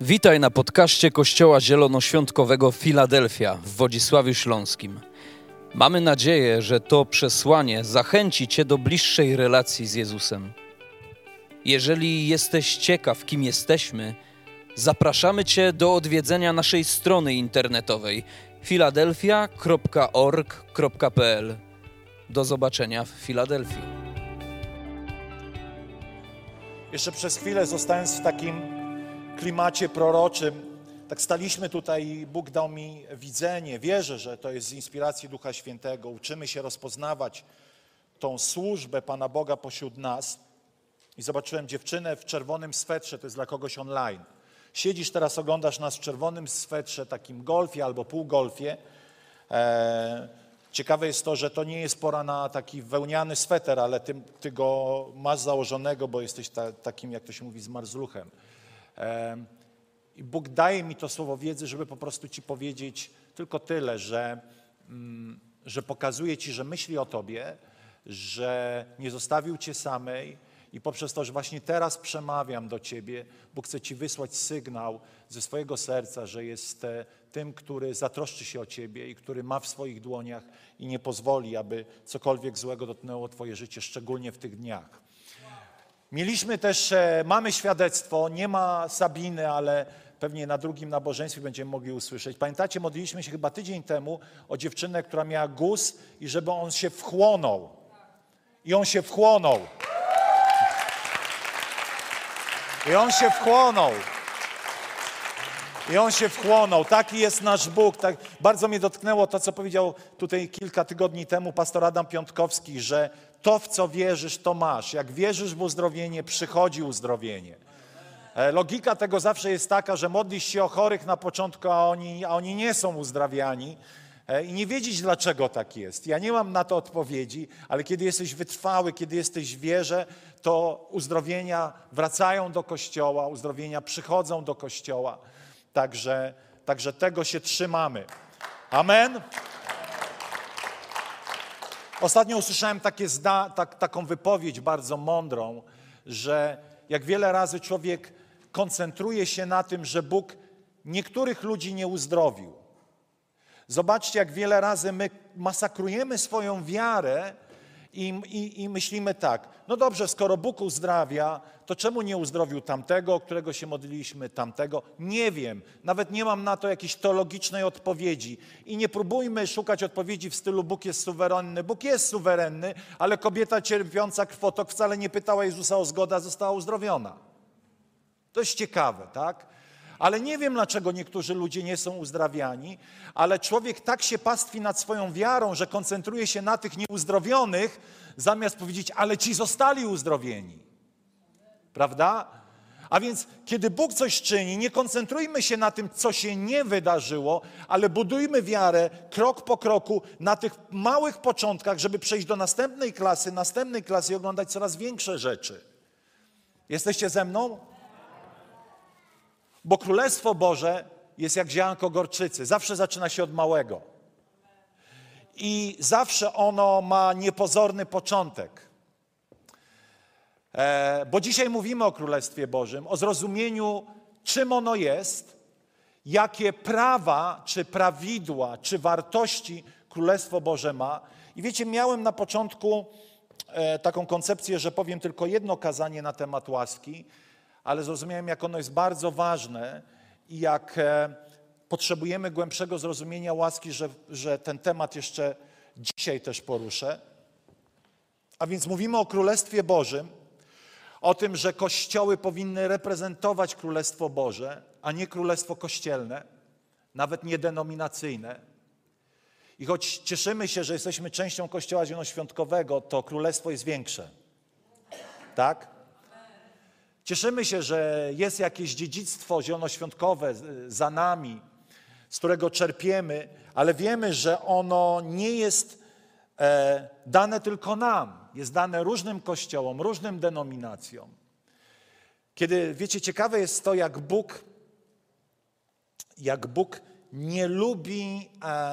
Witaj na podcaście Kościoła Zielonoświątkowego Filadelfia w Wodzisławiu Śląskim. Mamy nadzieję, że to przesłanie zachęci Cię do bliższej relacji z Jezusem. Jeżeli jesteś ciekaw, kim jesteśmy, zapraszamy Cię do odwiedzenia naszej strony internetowej filadelfia.org.pl. Do zobaczenia w Filadelfii. Jeszcze przez chwilę, zostając w takim klimacie proroczym, tak staliśmy tutaj i Bóg dał mi widzenie. Wierzę, że to jest z inspiracji Ducha Świętego. Uczymy się rozpoznawać tą służbę Pana Boga pośród nas. I zobaczyłem dziewczynę w czerwonym swetrze, to jest dla kogoś online. Siedzisz teraz, oglądasz nas w czerwonym swetrze, takim golfie albo półgolfie. Ciekawe jest to, że to nie jest pora na taki wełniany sweter, ale ty go masz założonego, bo jesteś takim, jak to się mówi, zmarzluchem. I Bóg daje mi to słowo wiedzy, żeby po prostu Ci powiedzieć tylko tyle, że pokazuje Ci, że myśli o Tobie, że nie zostawił Cię samej i poprzez to, że właśnie teraz przemawiam do Ciebie, Bóg chce Ci wysłać sygnał ze swojego serca, że jest tym, który zatroszczy się o Ciebie i który ma w swoich dłoniach i nie pozwoli, aby cokolwiek złego dotknęło Twoje życie, szczególnie w tych dniach. Mieliśmy też, mamy świadectwo, nie ma Sabiny, ale pewnie na drugim nabożeństwie będziemy mogli usłyszeć. Pamiętacie, modliliśmy się chyba tydzień temu o dziewczynę, która miała guz i żeby on się wchłonął. I on się wchłonął. I on się wchłonął. I on się wchłonął. Taki jest nasz Bóg. Tak, bardzo mnie dotknęło to, co powiedział tutaj kilka tygodni temu pastor Adam Piątkowski, że to, w co wierzysz, to masz. Jak wierzysz w uzdrowienie, przychodzi uzdrowienie. Logika tego zawsze jest taka, że modlisz się o chorych na początku, a oni nie są uzdrawiani i nie wiedzieć, dlaczego tak jest. Ja nie mam na to odpowiedzi, ale kiedy jesteś wytrwały, kiedy jesteś w wierze, to uzdrowienia wracają do Kościoła, uzdrowienia przychodzą do Kościoła. Także tego się trzymamy. Amen. Ostatnio usłyszałem taką wypowiedź bardzo mądrą, że jak wiele razy człowiek koncentruje się na tym, że Bóg niektórych ludzi nie uzdrowił. Zobaczcie, jak wiele razy my masakrujemy swoją wiarę i myślimy tak, no dobrze, skoro Bóg uzdrawia, to czemu nie uzdrowił tamtego, o którego się modliliśmy, tamtego? Nie wiem, nawet nie mam na to jakiejś teologicznej odpowiedzi. I nie próbujmy szukać odpowiedzi w stylu Bóg jest suwerenny. Bóg jest suwerenny, ale kobieta cierpiąca krwotok wcale nie pytała Jezusa o zgodę, a została uzdrowiona. To jest ciekawe, tak? Ale nie wiem, dlaczego niektórzy ludzie nie są uzdrawiani, ale człowiek tak się pastwi nad swoją wiarą, że koncentruje się na tych nieuzdrowionych, zamiast powiedzieć, ale ci zostali uzdrowieni. Prawda? A więc, kiedy Bóg coś czyni, nie koncentrujmy się na tym, co się nie wydarzyło, ale budujmy wiarę krok po kroku na tych małych początkach, żeby przejść do następnej klasy i oglądać coraz większe rzeczy. Jesteście ze mną? Bo Królestwo Boże jest jak ziarnko gorczycy. Zawsze zaczyna się od małego. I zawsze ono ma niepozorny początek. Bo dzisiaj mówimy o Królestwie Bożym, o zrozumieniu, czym ono jest, jakie prawa, czy prawidła, czy wartości Królestwo Boże ma. I wiecie, miałem na początku taką koncepcję, że powiem tylko jedno kazanie na temat łaski, ale zrozumiałem, jak ono jest bardzo ważne i jak potrzebujemy głębszego zrozumienia łaski, że ten temat jeszcze dzisiaj też poruszę. A więc mówimy o Królestwie Bożym, o tym, że kościoły powinny reprezentować Królestwo Boże, a nie Królestwo Kościelne, nawet niedenominacyjne. I choć cieszymy się, że jesteśmy częścią Kościoła Zielonoświątkowego, to Królestwo jest większe. Tak? Cieszymy się, że jest jakieś dziedzictwo zielonoświątkowe za nami, z którego czerpiemy, ale wiemy, że ono nie jest dane tylko nam. Jest dane różnym kościołom, różnym denominacjom. Kiedy, wiecie, ciekawe jest to, jak Bóg nie lubi,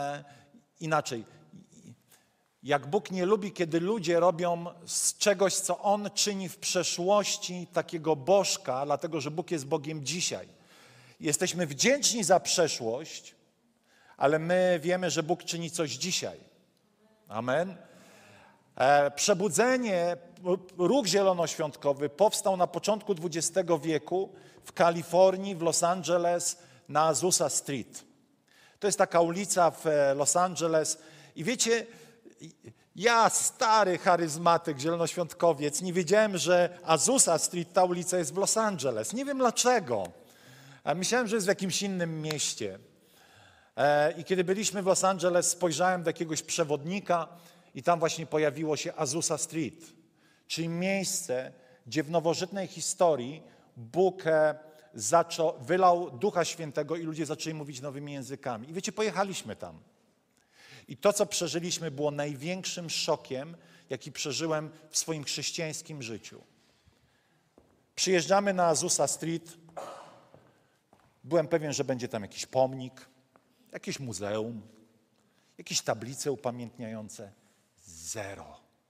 jak Bóg nie lubi, kiedy ludzie robią z czegoś, co On czyni w przeszłości, takiego bożka, dlatego że Bóg jest Bogiem dzisiaj. Jesteśmy wdzięczni za przeszłość, ale my wiemy, że Bóg czyni coś dzisiaj. Amen. Przebudzenie, ruch zielonoświątkowy powstał na początku XX wieku w Kalifornii, w Los Angeles, na Azusa Street. To jest taka ulica w Los Angeles i wiecie, ja, stary charyzmatyk, zielonoświątkowiec, nie wiedziałem, że Azusa Street, ta ulica jest w Los Angeles. Nie wiem dlaczego. Myślałem, że jest w jakimś innym mieście. I kiedy byliśmy w Los Angeles, spojrzałem do jakiegoś przewodnika i tam właśnie pojawiło się Azusa Street, czyli miejsce, gdzie w nowożytnej historii Bóg wylał Ducha Świętego i ludzie zaczęli mówić nowymi językami. I wiecie, pojechaliśmy tam. I to, co przeżyliśmy, było największym szokiem, jaki przeżyłem w swoim chrześcijańskim życiu. Przyjeżdżamy na Azusa Street. Byłem pewien, że będzie tam jakiś pomnik, jakieś muzeum, jakieś tablice upamiętniające. Zero.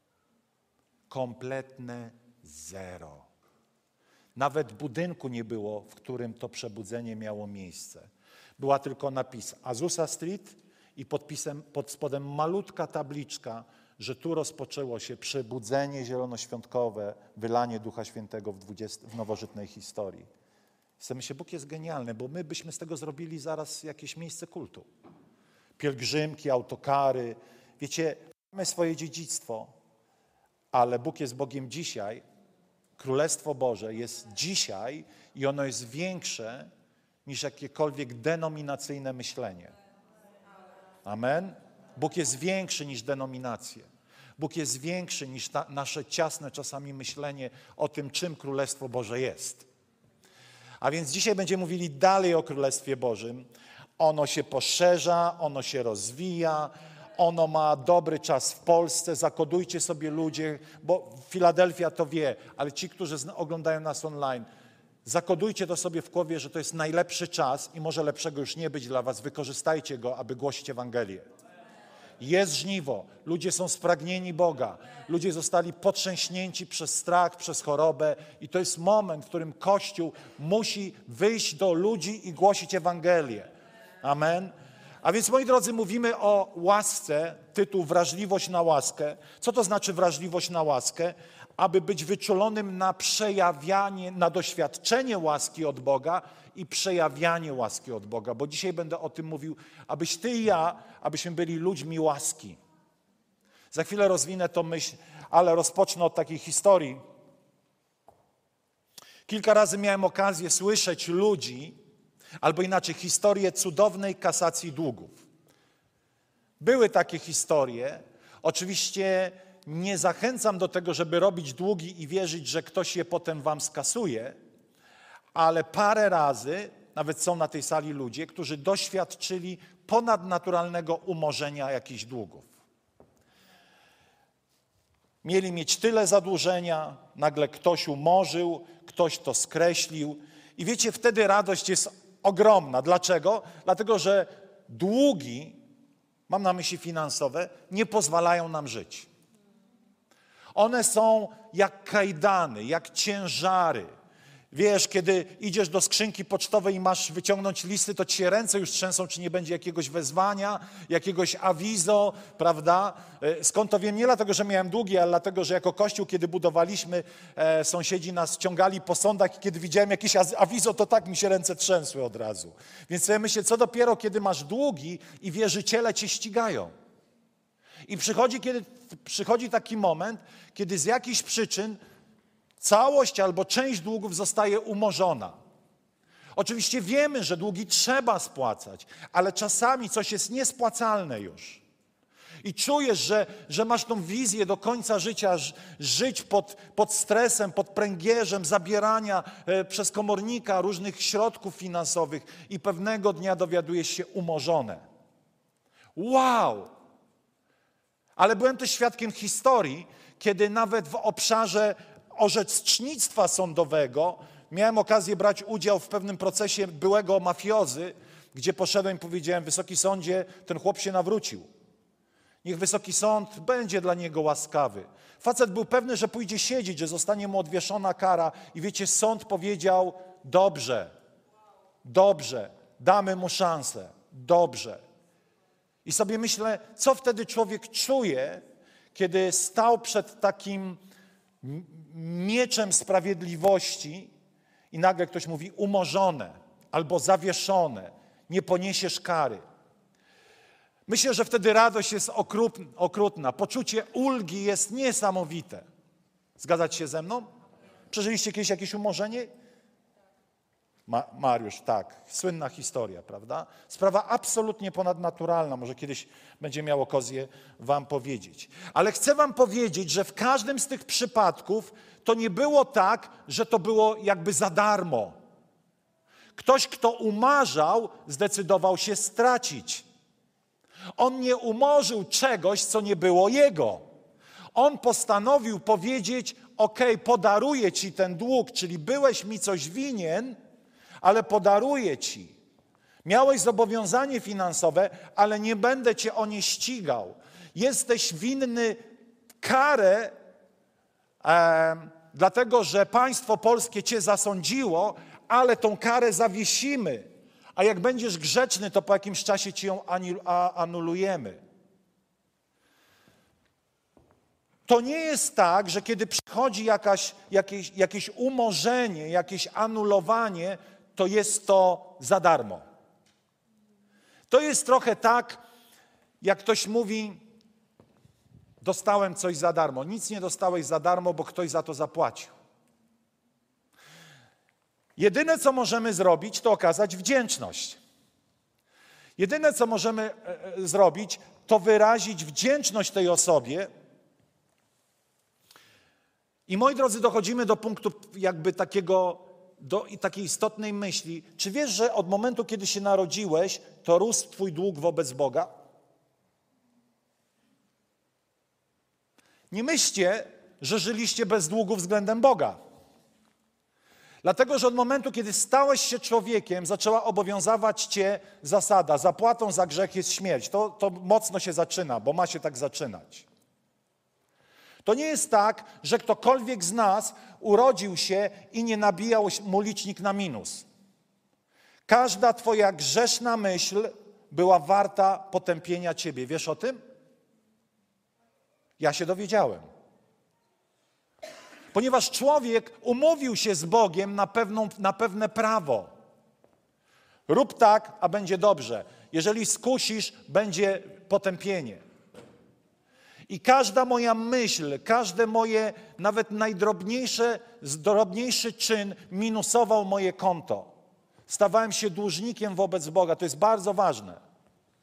Kompletne zero. Nawet budynku nie było, w którym to przebudzenie miało miejsce. Była tylko napis Azusa Street i pod spodem malutka tabliczka, że tu rozpoczęło się przebudzenie zielonoświątkowe, wylanie Ducha Świętego w nowożytnej historii. Myślę, że Bóg jest genialny, bo my byśmy z tego zrobili zaraz jakieś miejsce kultu. Pielgrzymki, autokary. Wiecie, mamy swoje dziedzictwo, ale Bóg jest Bogiem dzisiaj. Królestwo Boże jest dzisiaj i ono jest większe niż jakiekolwiek denominacyjne myślenie. Amen? Bóg jest większy niż denominacje. Bóg jest większy niż nasze ciasne czasami myślenie o tym, czym Królestwo Boże jest. A więc dzisiaj będziemy mówili dalej o Królestwie Bożym. Ono się poszerza, ono się rozwija, ono ma dobry czas w Polsce. Zakodujcie sobie ludzie, bo Filadelfia to wie, ale ci, którzy oglądają nas online, zakodujcie to sobie w głowie, że to jest najlepszy czas i może lepszego już nie być dla was. Wykorzystajcie go, aby głosić Ewangelię. Jest żniwo, ludzie są spragnieni Boga, ludzie zostali potrzęśnięci przez strach, przez chorobę i to jest moment, w którym Kościół musi wyjść do ludzi i głosić Ewangelię. Amen. A więc, moi drodzy, mówimy o łasce, tytuł Wrażliwość na łaskę. Co to znaczy wrażliwość na łaskę? Aby być wyczulonym na przejawianie, na doświadczenie łaski od Boga i przejawianie łaski od Boga. Bo dzisiaj będę o tym mówił, abyś ty i ja, abyśmy byli ludźmi łaski. Za chwilę rozwinę tą myśl, ale rozpocznę od takiej historii. Kilka razy miałem okazję słyszeć ludzi, albo inaczej historię cudownej kasacji długów. Były takie historie. Oczywiście nie zachęcam do tego, żeby robić długi i wierzyć, że ktoś je potem wam skasuje, ale parę razy, nawet są na tej sali ludzie, którzy doświadczyli ponadnaturalnego umorzenia jakichś długów. Mieli mieć tyle zadłużenia, nagle ktoś umorzył, ktoś to skreślił i wiecie, wtedy radość jest ogromna. Dlaczego? Dlatego, że długi, mam na myśli finansowe, nie pozwalają nam żyć. One są jak kajdany, jak ciężary. Wiesz, kiedy idziesz do skrzynki pocztowej i masz wyciągnąć listy, to ci się ręce już trzęsą, czy nie będzie jakiegoś wezwania, jakiegoś awizo, prawda? Skąd to wiem? Nie dlatego, że miałem długi, ale dlatego, że jako Kościół, kiedy budowaliśmy, sąsiedzi nas ściągali po sądach i kiedy widziałem jakieś awizo, to tak mi się ręce trzęsły od razu. Więc sobie myślę, co dopiero, kiedy masz długi i wierzyciele cię ścigają. I przychodzi taki moment, kiedy z jakichś przyczyn całość albo część długów zostaje umorzona. Oczywiście wiemy, że długi trzeba spłacać, ale czasami coś jest niespłacalne już. I czujesz, że masz tą wizję do końca życia, żyć pod stresem, pod pręgierzem zabierania przez komornika różnych środków finansowych i pewnego dnia dowiadujesz się umorzone. Wow! Ale byłem też świadkiem historii, kiedy nawet w obszarze orzecznictwa sądowego miałem okazję brać udział w pewnym procesie byłego mafiozy, gdzie poszedłem i powiedziałem: Wysoki Sądzie, ten chłop się nawrócił. Niech Wysoki Sąd będzie dla niego łaskawy. Facet był pewny, że pójdzie siedzieć, że zostanie mu odwieszona kara i wiecie, sąd powiedział: dobrze. dobrze, damy mu szansę, dobrze. I sobie myślę, co wtedy człowiek czuje, kiedy stał przed takim mieczem sprawiedliwości i nagle ktoś mówi umorzone albo zawieszone, nie poniesiesz kary. Myślę, że wtedy radość jest okrutna, poczucie ulgi jest niesamowite. Zgadzacie się ze mną? Przeżyliście kiedyś jakieś umorzenie? Mariusz, tak, słynna historia, prawda? Sprawa absolutnie ponadnaturalna, może kiedyś będzie miał okazję wam powiedzieć. Ale chcę wam powiedzieć, że w każdym z tych przypadków to nie było tak, że to było jakby za darmo. Ktoś, kto umarzał, zdecydował się stracić. On nie umorzył czegoś, co nie było jego. On postanowił powiedzieć, okej, podaruję ci ten dług, czyli byłeś mi coś winien, ale podaruję ci. Miałeś zobowiązanie finansowe, ale nie będę cię o nie ścigał. Jesteś winny karę, dlatego że państwo polskie cię zasądziło, ale tą karę zawiesimy. A jak będziesz grzeczny, to po jakimś czasie ci ją anulujemy. To nie jest tak, że kiedy przychodzi jakieś umorzenie, jakieś anulowanie, to jest to za darmo. To jest trochę tak, jak ktoś mówi, dostałem coś za darmo. Nic nie dostałeś za darmo, bo ktoś za to zapłacił. Jedyne, co możemy zrobić, to okazać wdzięczność. Jedyne, co możemy zrobić, to wyrazić wdzięczność tej osobie. I moi drodzy, dochodzimy do punktu jakby takiej istotnej myśli. Czy wiesz, że od momentu, kiedy się narodziłeś, to rósł twój dług wobec Boga? Nie myślcie, że żyliście bez długu względem Boga. Dlatego, że od momentu, kiedy stałeś się człowiekiem, zaczęła obowiązywać cię zasada. Zapłatą za grzech jest śmierć. To mocno się zaczyna, bo ma się tak zaczynać. To nie jest tak, że ktokolwiek z nas urodził się i nie nabijał mu licznik na minus. Każda twoja grzeszna myśl była warta potępienia ciebie. Wiesz o tym? Ja się dowiedziałem. Ponieważ człowiek umówił się z Bogiem na pewne prawo. Rób tak, a będzie dobrze. Jeżeli skusisz, będzie potępienie. I każda moja myśl, każde moje, nawet najdrobniejszy czyn minusował moje konto. Stawałem się dłużnikiem wobec Boga. To jest bardzo ważne.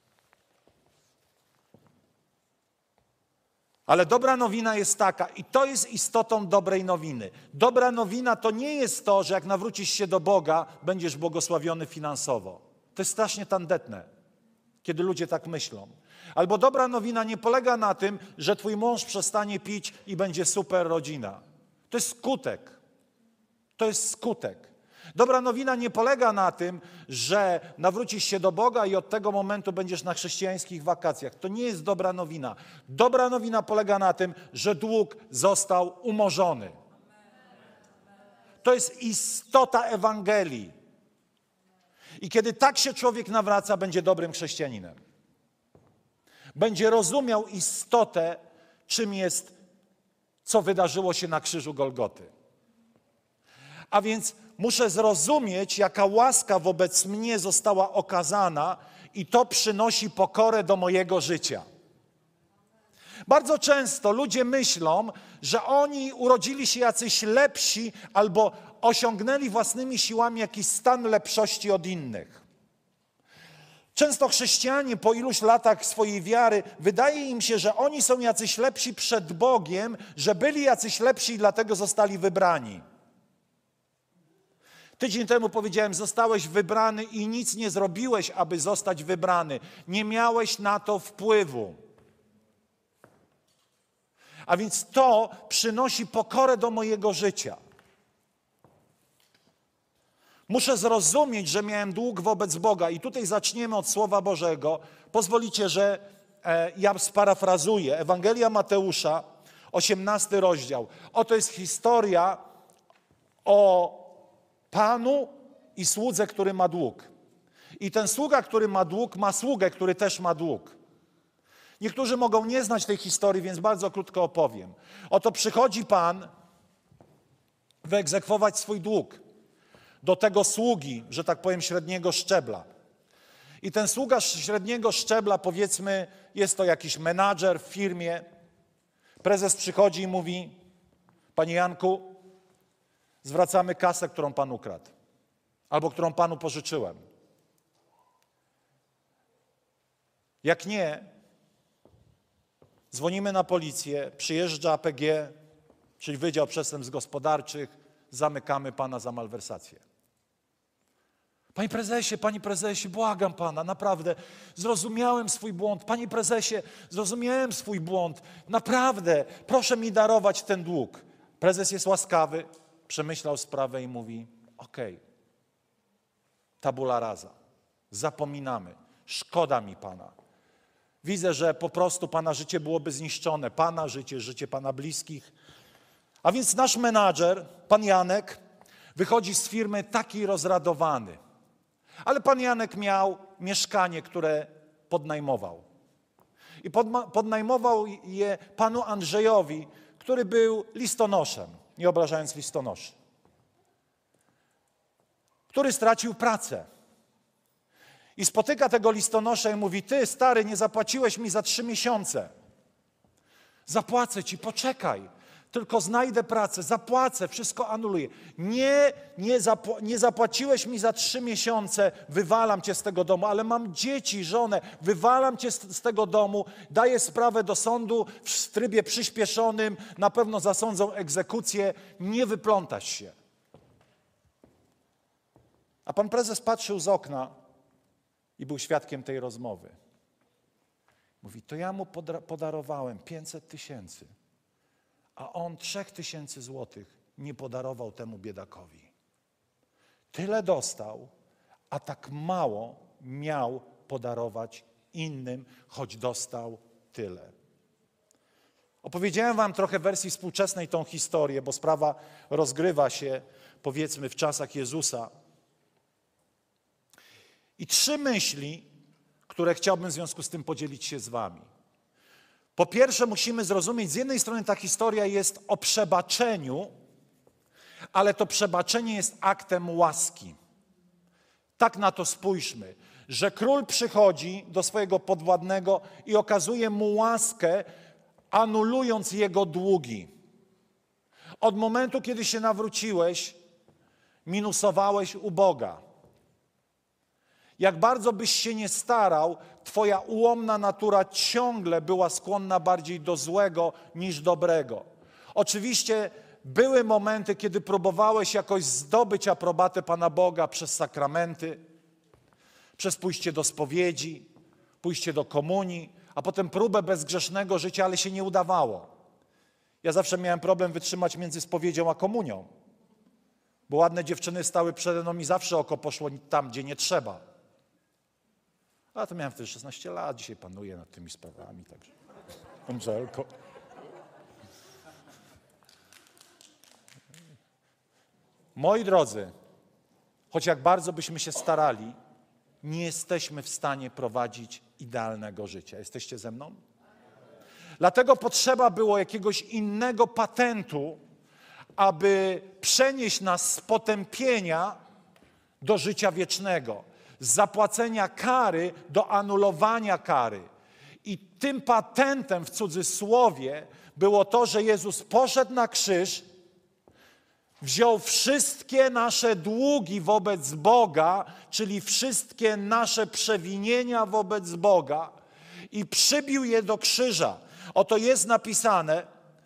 Ale dobra nowina jest taka, i to jest istotą dobrej nowiny. Dobra nowina to nie jest to, że jak nawrócisz się do Boga, będziesz błogosławiony finansowo. To jest strasznie tandetne, kiedy ludzie tak myślą. Albo dobra nowina nie polega na tym, że twój mąż przestanie pić i będzie super rodzina. To jest skutek. To jest skutek. Dobra nowina nie polega na tym, że nawrócisz się do Boga i od tego momentu będziesz na chrześcijańskich wakacjach. To nie jest dobra nowina. Dobra nowina polega na tym, że dług został umorzony. To jest istota Ewangelii. I kiedy tak się człowiek nawraca, będzie dobrym chrześcijaninem. Będzie rozumiał istotę, czym jest, co wydarzyło się na krzyżu Golgoty. A więc muszę zrozumieć, jaka łaska wobec mnie została okazana i to przynosi pokorę do mojego życia. Bardzo często ludzie myślą, że oni urodzili się jacyś lepsi albo osiągnęli własnymi siłami jakiś stan lepszości od innych. Często chrześcijanie po iluś latach swojej wiary, wydaje im się, że oni są jacyś lepsi przed Bogiem, że byli jacyś lepsi i dlatego zostali wybrani. Tydzień temu powiedziałem, zostałeś wybrany i nic nie zrobiłeś, aby zostać wybrany. Nie miałeś na to wpływu. A więc to przynosi pokorę do mojego życia. Muszę zrozumieć, że miałem dług wobec Boga i tutaj zaczniemy od Słowa Bożego. Pozwolicie, że ja sparafrazuję. Ewangelia Mateusza, 18 rozdział. Oto jest historia o Panu i słudze, który ma dług. I ten sługa, który ma dług, ma sługę, który też ma dług. Niektórzy mogą nie znać tej historii, więc bardzo krótko opowiem. Oto przychodzi Pan wyegzekwować swój dług do tego sługi, że tak powiem, średniego szczebla. I ten sługa średniego szczebla, powiedzmy, jest to jakiś menadżer w firmie. Prezes przychodzi i mówi: Panie Janku, zwracamy kasę, którą Pan ukradł, albo którą Panu pożyczyłem. Jak nie, dzwonimy na policję, przyjeżdża APG, czyli Wydział Przestępstw Gospodarczych, zamykamy Pana za malwersację. Panie prezesie, błagam Pana, naprawdę, zrozumiałem swój błąd. Panie prezesie, zrozumiałem swój błąd. Naprawdę, proszę mi darować ten dług. Prezes jest łaskawy, przemyślał sprawę i mówi: okej, tabula rasa, zapominamy, szkoda mi Pana. Widzę, że po prostu Pana życie byłoby zniszczone, Pana życie, życie Pana bliskich. A więc nasz menadżer, Pan Janek, wychodzi z firmy taki rozradowany. Ale Pan Janek miał mieszkanie, które podnajmował. I podnajmował je Panu Andrzejowi, który był listonoszem, nie obrażając listonoszy, który stracił pracę. I spotyka tego listonosza i mówi: Ty, stary, nie zapłaciłeś mi za 3 miesiące. Zapłacę ci, poczekaj. Tylko znajdę pracę, zapłacę, wszystko anuluję. Nie zapłaciłeś mi za 3 miesiące, wywalam cię z tego domu, ale mam dzieci, żonę, wywalam cię z tego domu, daję sprawę do sądu w trybie przyspieszonym, na pewno zasądzą egzekucję, nie wyplątasz się. A pan prezes patrzył z okna i był świadkiem tej rozmowy. Mówi: to ja mu podarowałem 500 000. A on 3000 złotych nie podarował temu biedakowi. Tyle dostał, a tak mało miał podarować innym, choć dostał tyle. Opowiedziałem wam trochę w wersji współczesnej tą historię, bo sprawa rozgrywa się, powiedzmy, w czasach Jezusa. I 3 myśli, które chciałbym w związku z tym podzielić się z wami. Po pierwsze, musimy zrozumieć, z jednej strony ta historia jest o przebaczeniu, ale to przebaczenie jest aktem łaski. Tak na to spójrzmy, że król przychodzi do swojego podwładnego i okazuje mu łaskę, anulując jego długi. Od momentu, kiedy się nawróciłeś, minusowałeś u Boga. Jak bardzo byś się nie starał, twoja ułomna natura ciągle była skłonna bardziej do złego niż dobrego. Oczywiście były momenty, kiedy próbowałeś jakoś zdobyć aprobatę Pana Boga przez sakramenty, przez pójście do spowiedzi, pójście do komunii, a potem próbę bezgrzesznego życia, ale się nie udawało. Ja zawsze miałem problem wytrzymać między spowiedzią a komunią, bo ładne dziewczyny stały przede mną i zawsze oko poszło tam, gdzie nie trzeba. A to miałem wtedy 16 lat, dzisiaj panuję nad tymi sprawami, także Angelko. Moi drodzy, choć jak bardzo byśmy się starali, nie jesteśmy w stanie prowadzić idealnego życia. Jesteście ze mną? Dlatego potrzeba było jakiegoś innego patentu, aby przenieść nas z potępienia do życia wiecznego, z zapłacenia kary do anulowania kary. I tym patentem w cudzysłowie było to, że Jezus poszedł na krzyż, wziął wszystkie nasze długi wobec Boga, czyli wszystkie nasze przewinienia wobec Boga i przybił je do krzyża. Oto jest napisane: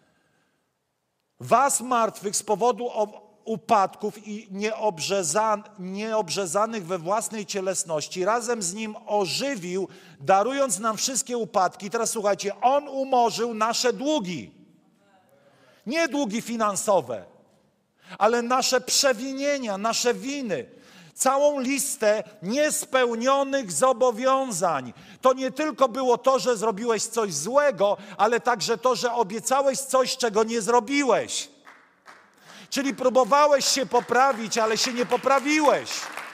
was martwych z powodu upadków i nieobrzezanych we własnej cielesności razem z Nim ożywił, darując nam wszystkie upadki. Teraz słuchajcie, On umorzył nasze długi. Nie długi finansowe, ale nasze przewinienia, nasze winy. Całą listę niespełnionych zobowiązań. To nie tylko było to, że zrobiłeś coś złego, ale także to, że obiecałeś coś, czego nie zrobiłeś. Czyli próbowałeś się poprawić, ale się nie poprawiłeś.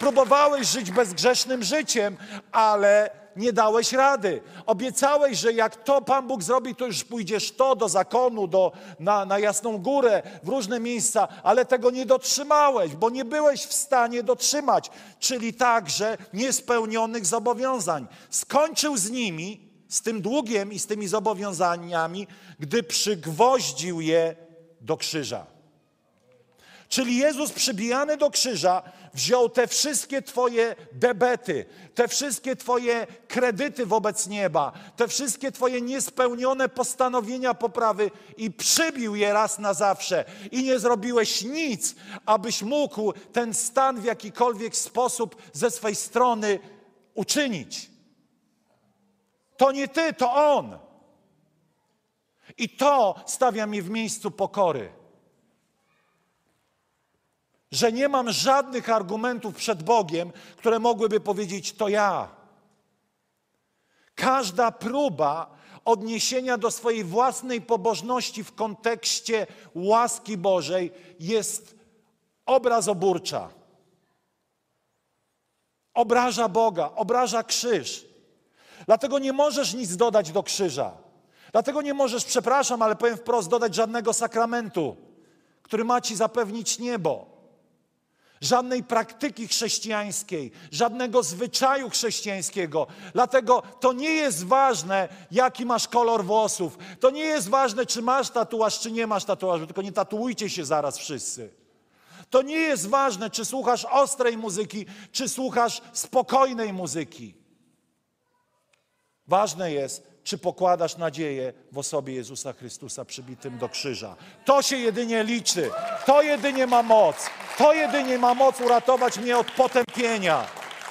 Próbowałeś żyć bezgrzesznym życiem, ale nie dałeś rady. Obiecałeś, że jak to Pan Bóg zrobi, to już pójdziesz do zakonu, na Jasną Górę, w różne miejsca, ale tego nie dotrzymałeś, bo nie byłeś w stanie dotrzymać, czyli także niespełnionych zobowiązań. Skończył z nimi, z tym długiem i z tymi zobowiązaniami, gdy przygwoździł je do krzyża. Czyli Jezus przybijany do krzyża wziął te wszystkie twoje debety, te wszystkie twoje kredyty wobec nieba, te wszystkie twoje niespełnione postanowienia poprawy i przybił je raz na zawsze. I nie zrobiłeś nic, abyś mógł ten stan w jakikolwiek sposób ze swej strony uczynić. To nie ty, to On. I to stawia mnie w miejscu pokory. Że nie mam żadnych argumentów przed Bogiem, które mogłyby powiedzieć, to ja. Każda próba odniesienia do swojej własnej pobożności w kontekście łaski Bożej jest obrazoburcza. Obraża Boga, obraża krzyż. Dlatego nie możesz nic dodać do krzyża. Dlatego nie możesz, przepraszam, ale powiem wprost, dodać żadnego sakramentu, który ma ci zapewnić niebo. Żadnej praktyki chrześcijańskiej, żadnego zwyczaju chrześcijańskiego. Dlatego to nie jest ważne, jaki masz kolor włosów. To nie jest ważne, czy masz tatuaż, czy nie masz tatuażu. Tylko nie tatuujcie się zaraz wszyscy. To nie jest ważne, czy słuchasz ostrej muzyki, czy słuchasz spokojnej muzyki. Ważne jest, czy pokładasz nadzieję w osobie Jezusa Chrystusa przybitym do krzyża. To się jedynie liczy. To jedynie ma moc. To jedynie ma moc uratować mnie od potępienia.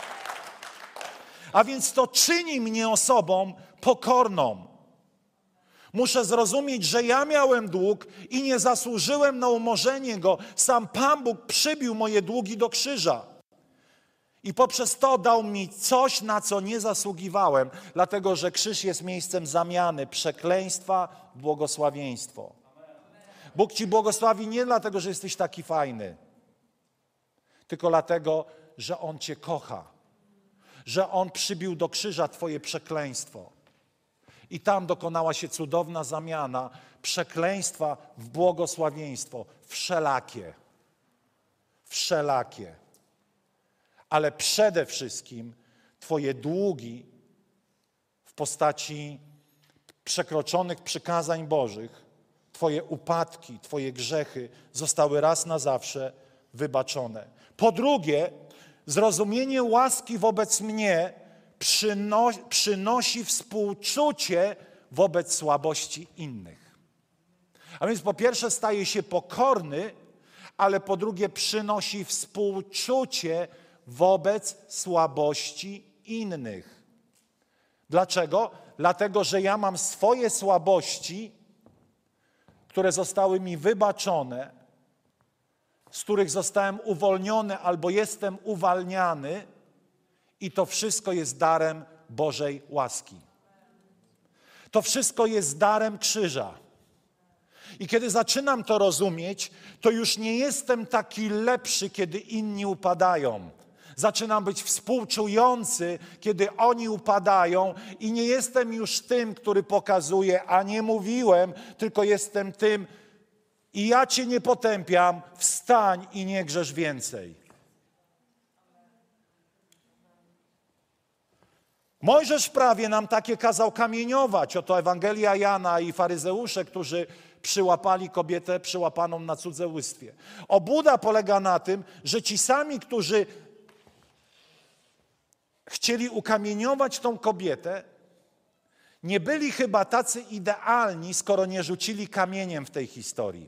A więc to czyni mnie osobą pokorną. Muszę zrozumieć, że ja miałem dług i nie zasłużyłem na umorzenie go. Sam Pan Bóg przybił moje długi do krzyża. I poprzez to dał mi coś, na co nie zasługiwałem, dlatego że krzyż jest miejscem zamiany przekleństwa w błogosławieństwo. Bóg ci błogosławi nie dlatego, że jesteś taki fajny, tylko dlatego, że On cię kocha, że On przybił do krzyża twoje przekleństwo. I tam dokonała się cudowna zamiana przekleństwa w błogosławieństwo, wszelakie. Wszelakie. Ale przede wszystkim twoje długi w postaci przekroczonych przykazań Bożych, twoje upadki, twoje grzechy zostały raz na zawsze wybaczone. Po drugie, zrozumienie łaski wobec mnie przynosi współczucie wobec słabości innych. A więc po pierwsze staje się pokorny, ale po drugie przynosi współczucie wobec słabości innych. Dlaczego? Dlatego, że ja mam swoje słabości, które zostały mi wybaczone, z których zostałem uwolniony albo jestem uwalniany i to wszystko jest darem Bożej łaski. To wszystko jest darem krzyża. I kiedy zaczynam to rozumieć, to już nie jestem taki lepszy, kiedy inni upadają. Zaczynam być współczujący, kiedy oni upadają i nie jestem już tym, który pokazuje, a nie mówiłem, tylko jestem tym i ja cię nie potępiam, wstań i nie grzesz więcej. Mojżesz w prawie nam takie kazał kamieniować. Oto Ewangelia Jana i faryzeusze, którzy przyłapali kobietę przyłapaną na cudzołóstwie. Obłuda polega na tym, że ci sami, którzy chcieli ukamieniować tą kobietę, nie byli chyba tacy idealni, skoro nie rzucili kamieniem w tej historii.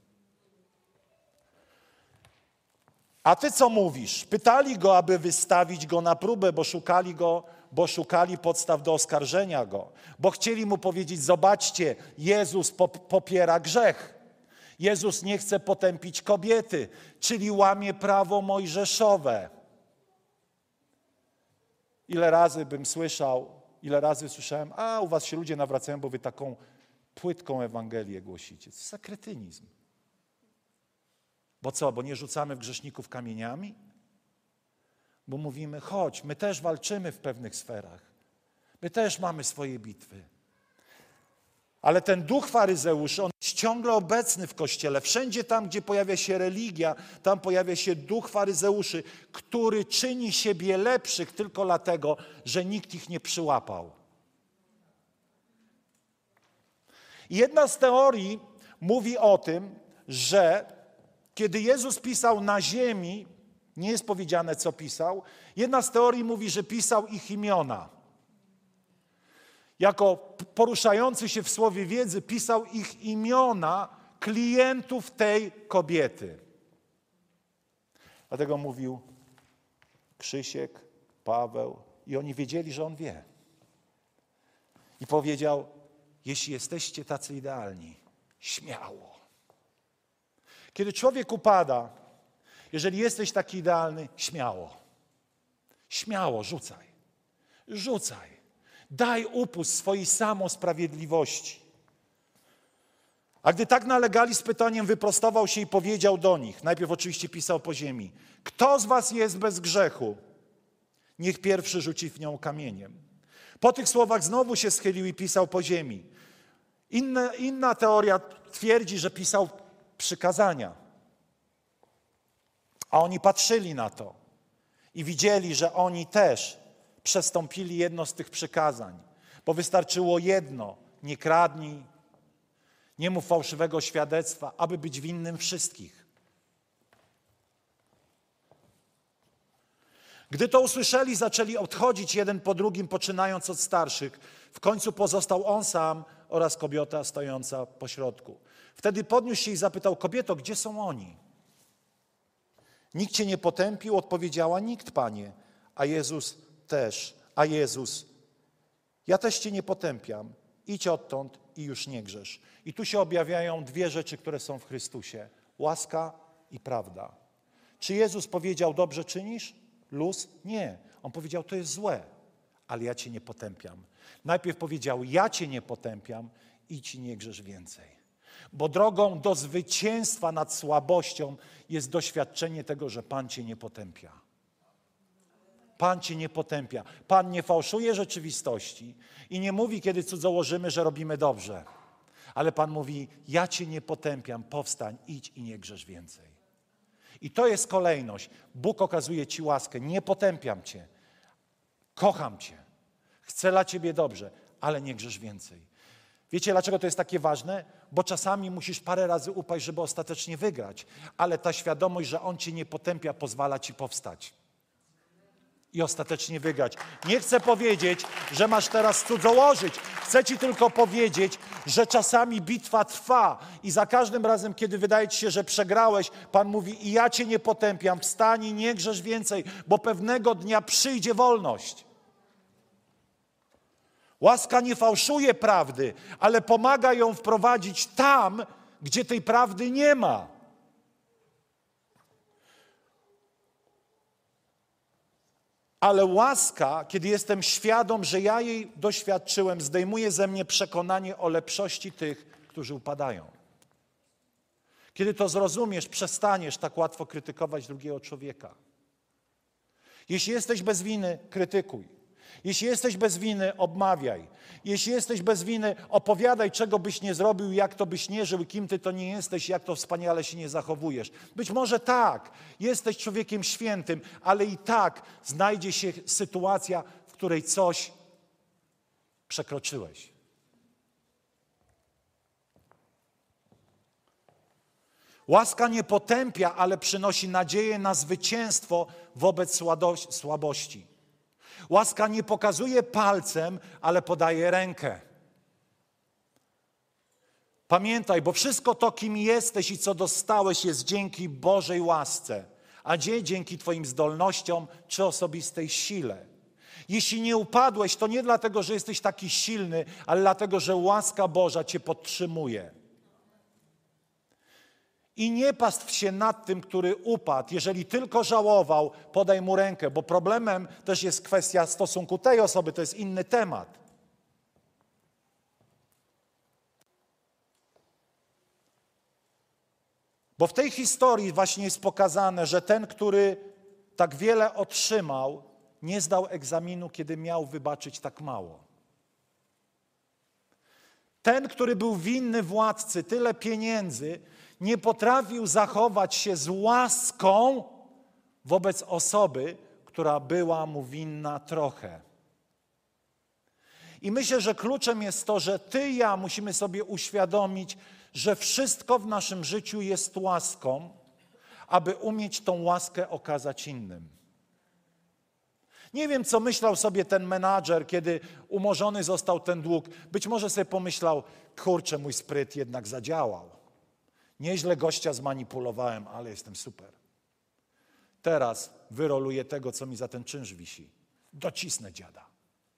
A ty co mówisz? Pytali go, aby wystawić go na próbę, bo szukali podstaw do oskarżenia go. Bo chcieli mu powiedzieć, zobaczcie, Jezus popiera grzech. Jezus nie chce potępić kobiety, czyli łamie prawo mojżeszowe. Ile razy słyszałem, a u was się ludzie nawracają, bo wy taką płytką Ewangelię głosicie. To jest za kretynizm. Bo co, bo nie rzucamy w grzeszników kamieniami? Bo mówimy, chodź, my też walczymy w pewnych sferach. My też mamy swoje bitwy. Ale ten duch faryzeuszy, on jest ciągle obecny w Kościele. Wszędzie tam, gdzie pojawia się religia, tam pojawia się duch faryzeuszy, który czyni siebie lepszych tylko dlatego, że nikt ich nie przyłapał. Jedna z teorii mówi o tym, że kiedy Jezus pisał na ziemi, nie jest powiedziane, co pisał, jedna z teorii mówi, że pisał ich imiona. Jako poruszający się w słowie wiedzy pisał ich imiona klientów tej kobiety. Dlatego mówił Krzysiek, Paweł i oni wiedzieli, że on wie. I powiedział, jeśli jesteście tacy idealni, śmiało. Kiedy człowiek upada, jeżeli jesteś taki idealny, śmiało. Śmiało, rzucaj. Rzucaj. Daj upust swojej samosprawiedliwości. A gdy tak nalegali z pytaniem, wyprostował się i powiedział do nich, najpierw oczywiście pisał po ziemi, kto z was jest bez grzechu? Niech pierwszy rzuci w nią kamieniem. Po tych słowach znowu się schylił i pisał po ziemi. Inna teoria twierdzi, że pisał przykazania. A oni patrzyli na to i widzieli, że oni też przestąpili jedno z tych przykazań. Bo wystarczyło jedno, nie kradnij, nie mów fałszywego świadectwa, aby być winnym wszystkich. Gdy to usłyszeli, zaczęli odchodzić jeden po drugim, poczynając od starszych. W końcu pozostał on sam oraz kobieta stojąca pośrodku. Wtedy podniósł się i zapytał, kobieto, gdzie są oni? Nikt cię nie potępił, odpowiedziała, nikt, Panie. A Jezus, ja też cię nie potępiam. Idź odtąd i już nie grzesz. I tu się objawiają dwie rzeczy, które są w Chrystusie. Łaska i prawda. Czy Jezus powiedział, dobrze czynisz? Luz? Nie. On powiedział, to jest złe, ale ja cię nie potępiam. Najpierw powiedział, ja cię nie potępiam, idź i nie grzesz więcej. Bo drogą do zwycięstwa nad słabością jest doświadczenie tego, że Pan cię nie potępia. Pan cię nie potępia. Pan nie fałszuje rzeczywistości i nie mówi, kiedy cudzołożymy, że robimy dobrze. Ale Pan mówi, ja cię nie potępiam, powstań, idź i nie grzesz więcej. I to jest kolejność. Bóg okazuje ci łaskę. Nie potępiam cię. Kocham cię. Chcę dla ciebie dobrze, ale nie grzesz więcej. Wiecie, dlaczego to jest takie ważne? Bo czasami musisz parę razy upaść, żeby ostatecznie wygrać. Ale ta świadomość, że On cię nie potępia, pozwala ci powstać. I ostatecznie wygrać. Nie chcę powiedzieć, że masz teraz cudzołożyć. Chcę ci tylko powiedzieć, że czasami bitwa trwa i za każdym razem, kiedy wydaje ci się, że przegrałeś, Pan mówi, i ja cię nie potępiam, wstań i nie grzesz więcej, bo pewnego dnia przyjdzie wolność. Łaska nie fałszuje prawdy, ale pomaga ją wprowadzić tam, gdzie tej prawdy nie ma. Ale łaska, kiedy jestem świadom, że ja jej doświadczyłem, zdejmuje ze mnie przekonanie o lepszości tych, którzy upadają. Kiedy to zrozumiesz, przestaniesz tak łatwo krytykować drugiego człowieka. Jeśli jesteś bez winy, krytykuj. Jeśli jesteś bez winy, obmawiaj. Jeśli jesteś bez winy, opowiadaj, czego byś nie zrobił, jak to byś nie żył, kim ty to nie jesteś, jak to wspaniale się nie zachowujesz. Być może tak, jesteś człowiekiem świętym, ale i tak znajdzie się sytuacja, w której coś przekroczyłeś. Łaska nie potępia, ale przynosi nadzieję na zwycięstwo wobec słabości. Łaska nie pokazuje palcem, ale podaje rękę. Pamiętaj, bo wszystko to, kim jesteś i co dostałeś, jest dzięki Bożej łasce, a nie dzięki twoim zdolnościom czy osobistej sile. Jeśli nie upadłeś, to nie dlatego, że jesteś taki silny, ale dlatego, że łaska Boża cię podtrzymuje. I nie pastw się nad tym, który upadł. Jeżeli tylko żałował, podaj mu rękę, bo problemem też jest kwestia stosunku tej osoby, to jest inny temat. Bo w tej historii właśnie jest pokazane, że ten, który tak wiele otrzymał, nie zdał egzaminu, kiedy miał wybaczyć tak mało. Ten, który był winny władcy tyle pieniędzy, nie potrafił zachować się z łaską wobec osoby, która była mu winna trochę. I myślę, że kluczem jest to, że ty i ja musimy sobie uświadomić, że wszystko w naszym życiu jest łaską, aby umieć tą łaskę okazać innym. Nie wiem, co myślał sobie ten menadżer, kiedy umorzony został ten dług. Być może sobie pomyślał, kurczę, mój spryt jednak zadziałał. Nieźle gościa zmanipulowałem, ale jestem super. Teraz wyroluję tego, co mi za ten czynsz wisi. Docisnę dziada.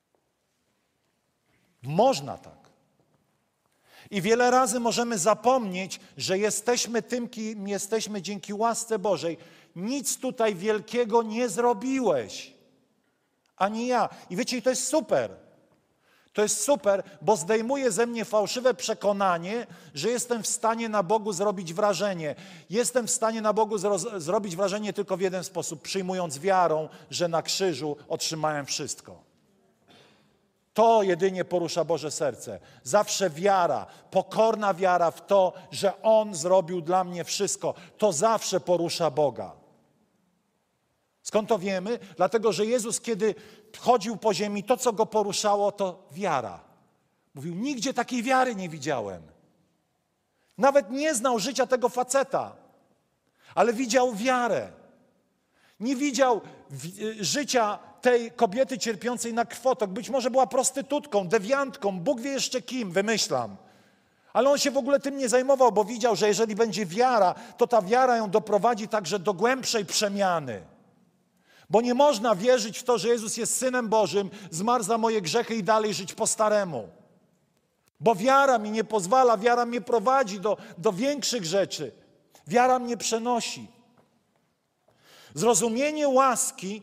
Można tak. I wiele razy możemy zapomnieć, że jesteśmy tym, kim jesteśmy dzięki łasce Bożej. Nic tutaj wielkiego nie zrobiłeś. Ani ja. I wiecie, to jest super. To jest super, bo zdejmuje ze mnie fałszywe przekonanie, że jestem w stanie na Bogu zrobić wrażenie. Jestem w stanie na Bogu zrobić wrażenie tylko w jeden sposób, przyjmując wiarą, że na krzyżu otrzymałem wszystko. To jedynie porusza Boże serce. Zawsze wiara, pokorna wiara w to, że On zrobił dla mnie wszystko. To zawsze porusza Boga. Skąd to wiemy? Dlatego, że Jezus, kiedy chodził po ziemi, to, co Go poruszało, to wiara. Mówił, nigdzie takiej wiary nie widziałem. Nawet nie znał życia tego faceta, ale widział wiarę. Nie widział życia tej kobiety cierpiącej na krwotok. Być może była prostytutką, dewiantką, Bóg wie jeszcze kim, wymyślam. Ale on się w ogóle tym nie zajmował, bo widział, że jeżeli będzie wiara, to ta wiara ją doprowadzi także do głębszej przemiany. Bo nie można wierzyć w to, że Jezus jest Synem Bożym, zmarł za moje grzechy i dalej żyć po staremu. Bo wiara mi nie pozwala, wiara mnie prowadzi do większych rzeczy. Wiara mnie przenosi. Zrozumienie łaski,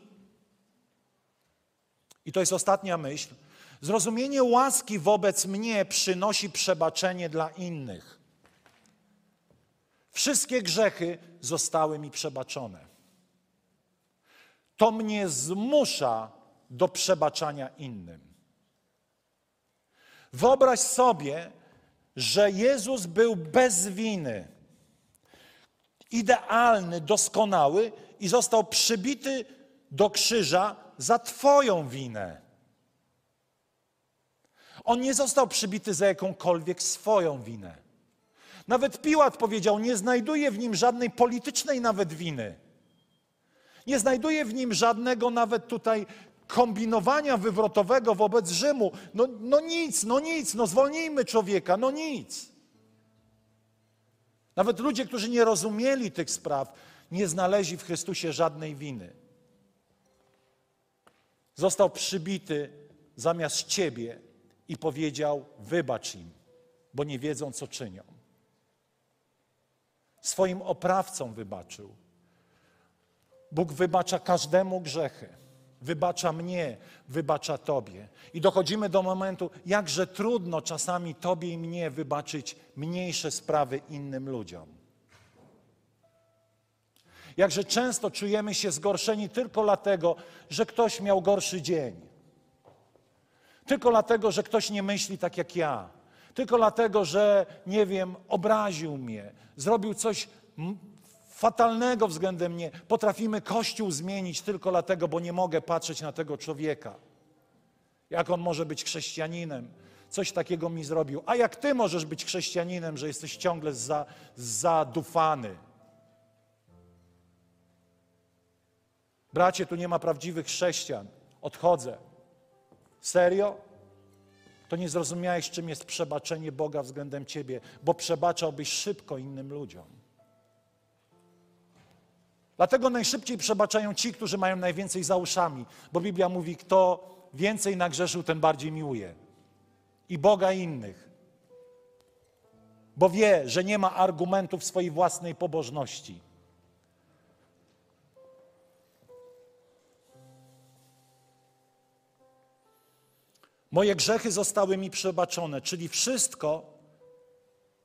i to jest ostatnia myśl, zrozumienie łaski wobec mnie przynosi przebaczenie dla innych. Wszystkie grzechy zostały mi przebaczone. To mnie zmusza do przebaczania innym. Wyobraź sobie, że Jezus był bez winy, idealny, doskonały i został przybity do krzyża za twoją winę. On nie został przybity za jakąkolwiek swoją winę. Nawet Piłat powiedział, nie znajduje w nim żadnej politycznej nawet winy. Nie znajduje w nim żadnego nawet tutaj kombinowania wywrotowego wobec Rzymu. No zwolnijmy człowieka, no nic. Nawet ludzie, którzy nie rozumieli tych spraw, nie znaleźli w Chrystusie żadnej winy. Został przybity zamiast ciebie i powiedział, wybacz im, bo nie wiedzą, co czynią. Swoim oprawcom wybaczył. Bóg wybacza każdemu grzechy. Wybacza mnie, wybacza tobie. I dochodzimy do momentu, jakże trudno czasami tobie i mnie wybaczyć mniejsze sprawy innym ludziom. Jakże często czujemy się zgorszeni tylko dlatego, że ktoś miał gorszy dzień. Tylko dlatego, że ktoś nie myśli tak jak ja. Tylko dlatego, że, nie wiem, obraził mnie, zrobił coś fatalnego względem mnie. Potrafimy Kościół zmienić tylko dlatego, bo nie mogę patrzeć na tego człowieka. Jak on może być chrześcijaninem? Coś takiego mi zrobił. A jak ty możesz być chrześcijaninem, że jesteś ciągle zadufany? Bracie, tu nie ma prawdziwych chrześcijan. Odchodzę. Serio? To nie zrozumiałeś, czym jest przebaczenie Boga względem ciebie, bo przebaczałbyś szybko innym ludziom. Dlatego najszybciej przebaczają ci, którzy mają najwięcej za uszami, bo Biblia mówi, kto więcej nagrzeszył, ten bardziej miłuje. I Boga i innych. Bo wie, że nie ma argumentów swojej własnej pobożności. Moje grzechy zostały mi przebaczone, czyli wszystko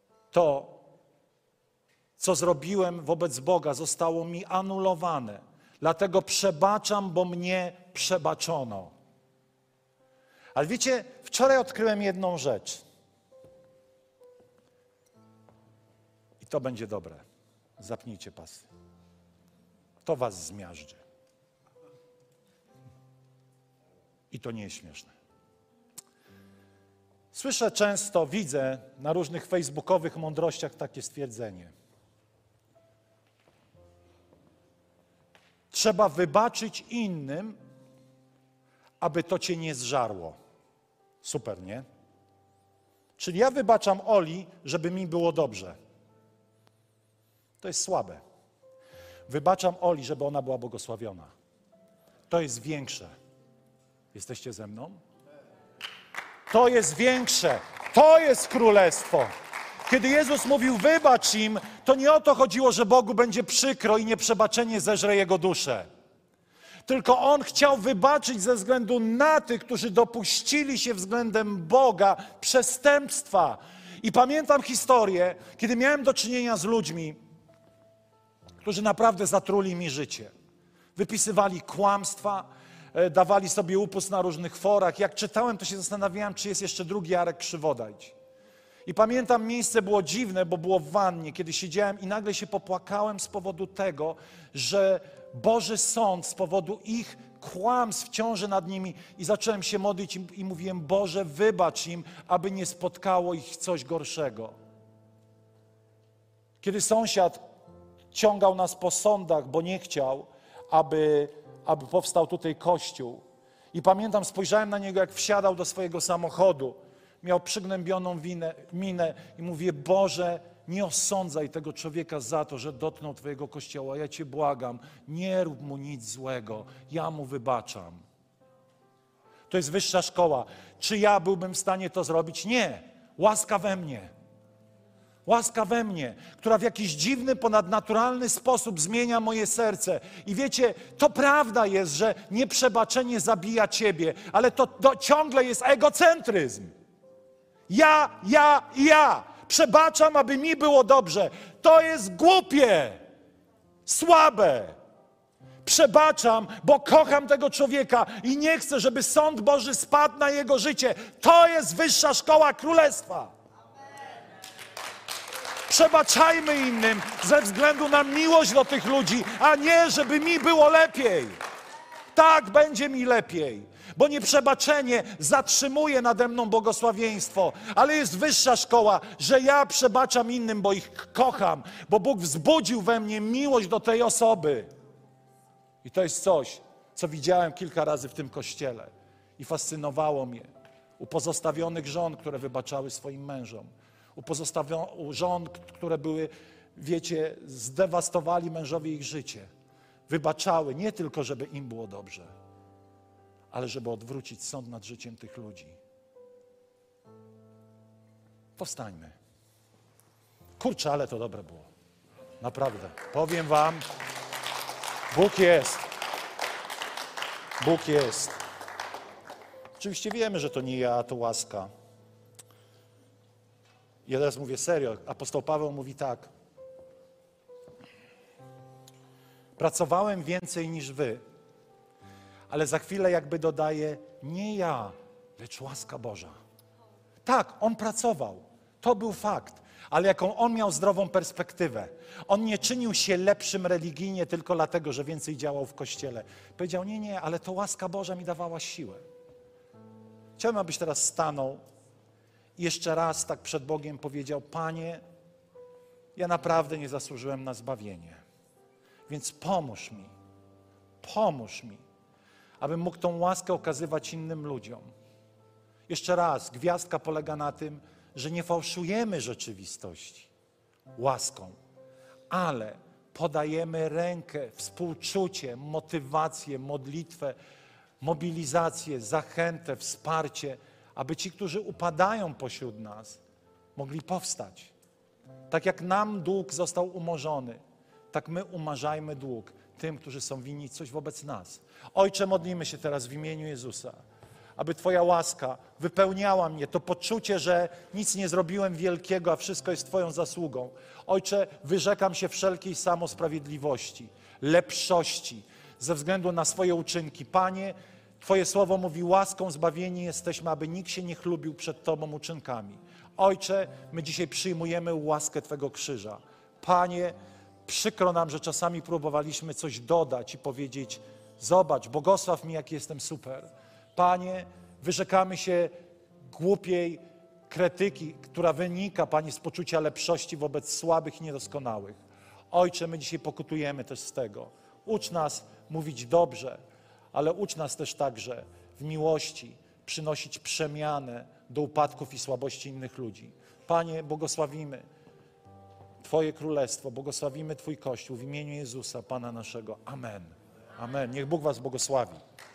to, co zrobiłem wobec Boga, zostało mi anulowane. Dlatego przebaczam, bo mnie przebaczono. Ale wiecie, wczoraj odkryłem jedną rzecz. I to będzie dobre. Zapnijcie pasy. To was zmiażdży. I to nie jest śmieszne. Słyszę często, widzę na różnych facebookowych mądrościach takie stwierdzenie. Trzeba wybaczyć innym, aby to cię nie zżarło. Super, nie? Czyli ja wybaczam Oli, żeby mi było dobrze. To jest słabe. Wybaczam Oli, żeby ona była błogosławiona. To jest większe. Jesteście ze mną? To jest większe. To jest królestwo. Kiedy Jezus mówił wybacz im, to nie o to chodziło, że Bogu będzie przykro i nieprzebaczenie zeżre jego duszę. Tylko On chciał wybaczyć ze względu na tych, którzy dopuścili się względem Boga przestępstwa. I pamiętam historię, kiedy miałem do czynienia z ludźmi, którzy naprawdę zatruli mi życie. Wypisywali kłamstwa, dawali sobie upust na różnych forach. Jak czytałem, to się zastanawiałem, czy jest jeszcze drugi Jarek Krzywodajdź. I pamiętam, miejsce było dziwne, bo było w wannie, kiedy siedziałem i nagle się popłakałem z powodu tego, że Boży sąd z powodu ich kłamstw ciąży nad nimi i zacząłem się modlić i mówiłem, Boże, wybacz im, aby nie spotkało ich coś gorszego. Kiedy sąsiad ciągał nas po sądach, bo nie chciał, aby powstał tutaj kościół. I pamiętam, spojrzałem na niego, jak wsiadał do swojego samochodu. Miał przygnębioną minę i mówię, Boże, nie osądzaj tego człowieka za to, że dotknął Twojego kościoła. Ja Cię błagam, nie rób mu nic złego. Ja mu wybaczam. To jest wyższa szkoła. Czy ja byłbym w stanie to zrobić? Nie. Łaska we mnie. Łaska we mnie, która w jakiś dziwny, ponadnaturalny sposób zmienia moje serce. I wiecie, to prawda jest, że nieprzebaczenie zabija Ciebie, ale to ciągle jest egocentryzm. Ja. Przebaczam, aby mi było dobrze. To jest głupie, słabe. Przebaczam, bo kocham tego człowieka i nie chcę, żeby sąd Boży spadł na jego życie. To jest wyższa szkoła królestwa. Przebaczajmy innym ze względu na miłość do tych ludzi, a nie, żeby mi było lepiej. Tak, będzie mi lepiej. Bo nieprzebaczenie zatrzymuje nade mną błogosławieństwo, ale jest wyższa szkoła, że ja przebaczam innym, bo ich kocham, bo Bóg wzbudził we mnie miłość do tej osoby. I to jest coś, co widziałem kilka razy w tym kościele i fascynowało mnie. U pozostawionych żon, które wybaczały swoim mężom. U żon, które były, wiecie, zdewastowali mężowi ich życie. Wybaczały nie tylko, żeby im było dobrze, ale żeby odwrócić sąd nad życiem tych ludzi. Powstańmy. Kurczę, ale to dobre było. Naprawdę. Powiem wam, Bóg jest. Bóg jest. Oczywiście wiemy, że to nie ja, to łaska. Ja teraz mówię serio. Apostoł Paweł mówi tak. Pracowałem więcej niż wy, ale za chwilę jakby dodaje, nie ja, lecz łaska Boża. Tak, on pracował. To był fakt. Ale jaką on miał zdrową perspektywę. On nie czynił się lepszym religijnie tylko dlatego, że więcej działał w kościele. Powiedział, nie, ale to łaska Boża mi dawała siłę. Chciałbym, abyś teraz stanął i jeszcze raz tak przed Bogiem powiedział, Panie, ja naprawdę nie zasłużyłem na zbawienie. Więc pomóż mi, abym mógł tą łaskę okazywać innym ludziom. Jeszcze raz, gwiazdka polega na tym, że nie fałszujemy rzeczywistości łaską, ale podajemy rękę, współczucie, motywację, modlitwę, mobilizację, zachętę, wsparcie, aby ci, którzy upadają pośród nas, mogli powstać. Tak jak nam dług został umorzony, tak my umarzajmy dług tym, którzy są winni coś wobec nas. Ojcze, modlimy się teraz w imieniu Jezusa, aby Twoja łaska wypełniała mnie, to poczucie, że nic nie zrobiłem wielkiego, a wszystko jest Twoją zasługą. Ojcze, wyrzekam się wszelkiej samosprawiedliwości, lepszości, ze względu na swoje uczynki. Panie, Twoje słowo mówi, łaską zbawieni jesteśmy, aby nikt się nie chlubił przed Tobą uczynkami. Ojcze, my dzisiaj przyjmujemy łaskę Twego krzyża. Panie, przykro nam, że czasami próbowaliśmy coś dodać i powiedzieć, zobacz, błogosław mi, jaki jestem super. Panie, wyrzekamy się głupiej krytyki, która wynika, Panie, z poczucia lepszości wobec słabych i niedoskonałych. Ojcze, my dzisiaj pokutujemy też z tego. Ucz nas mówić dobrze, ale ucz nas też także w miłości przynosić przemianę do upadków i słabości innych ludzi. Panie, błogosławimy Twoje Królestwo, błogosławimy Twój Kościół w imieniu Jezusa, Pana naszego. Amen. Amen. Niech Bóg was błogosławi.